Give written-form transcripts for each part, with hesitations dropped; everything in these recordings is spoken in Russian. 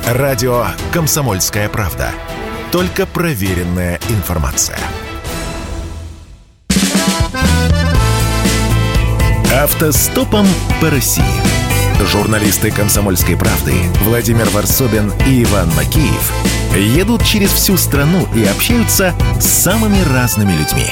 Радио «Комсомольская правда». Только проверенная информация. Автостопом по России. Журналисты «Комсомольской правды» Владимир Варсобин и Иван Макеев едут через всю страну и общаются с самыми разными людьми.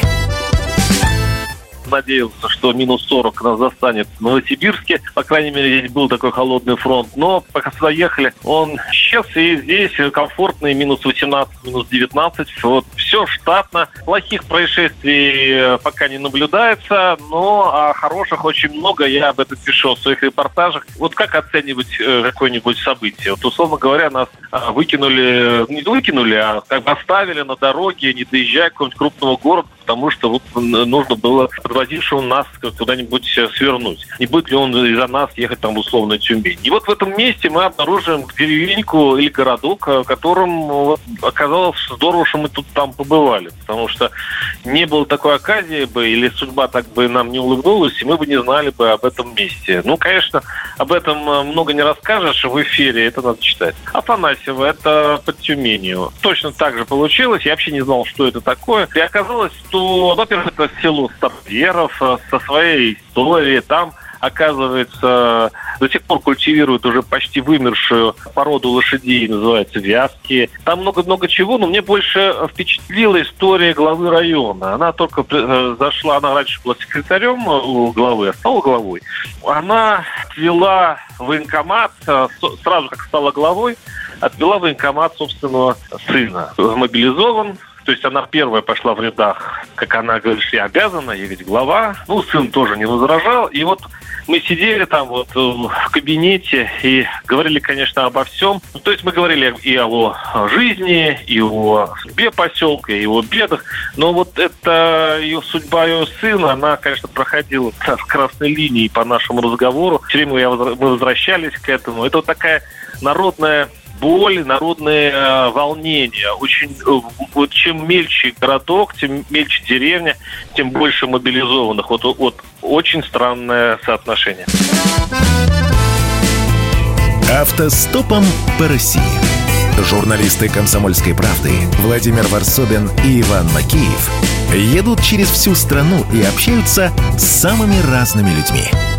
Надеялся, что минус 40 нас застанет в Новосибирске. По крайней мере, здесь был такой холодный фронт. Но пока сюда ехали, он исчез. И здесь комфортные минус 18, минус 19. Вот все штатно. Плохих происшествий пока не наблюдается. Но хороших очень много. Я об этом пишу в своих репортажах. Вот как оценивать какое-нибудь событие? Вот, условно говоря, нас не выкинули, а как бы оставили на дороге, не доезжая к какому-нибудь крупному городу, потому что вот нужно было подвозившего нас куда-нибудь свернуть. Не будет ли он из-за нас ехать там в условную Тюмень. И вот в этом месте мы обнаруживаем деревеньку или городок, в котором оказалось здорово, что мы тут там побывали. Потому что не было такой оказии бы, или судьба так бы нам не улыбнулась, и мы бы не знали бы об этом месте. Ну, конечно, об этом много не расскажешь в эфире, это надо читать. Афанасьево, это под Тюменью. Точно так же получилось. Я вообще не знал, что это такое. И оказалось, что, во-первых, это село Староверов со своей историей. Там, оказывается, до сих пор культивируют уже почти вымершую породу лошадей, называется вязки. Там много-много чего, но мне больше впечатлила история главы района. Она только зашла, она раньше была секретарем у главы, а стала главой. Она отвела военкомат, сразу как стала главой, отвела военкомат собственного сына. Мобилизован. То есть она первая пошла в рядах, как она говорит, что я обязана, я ведь глава. Ну, сын тоже не возражал. И вот мы сидели там вот в кабинете и говорили, конечно, обо всем. То есть мы говорили и о жизни, и о судьбе поселка, и о бедах. Но вот эта ее судьба, ее сына, она, конечно, проходила с красной линией по нашему разговору. Все время мы возвращались к этому. Это вот такая народная боль, народные волнения. Очень, вот чем мельче городок, тем мельче деревня, тем больше мобилизованных. Вот очень странное соотношение. Автостопом по России. Журналисты «Комсомольской правды» Владимир Варсобин и Иван Макеев едут через всю страну и общаются с самыми разными людьми.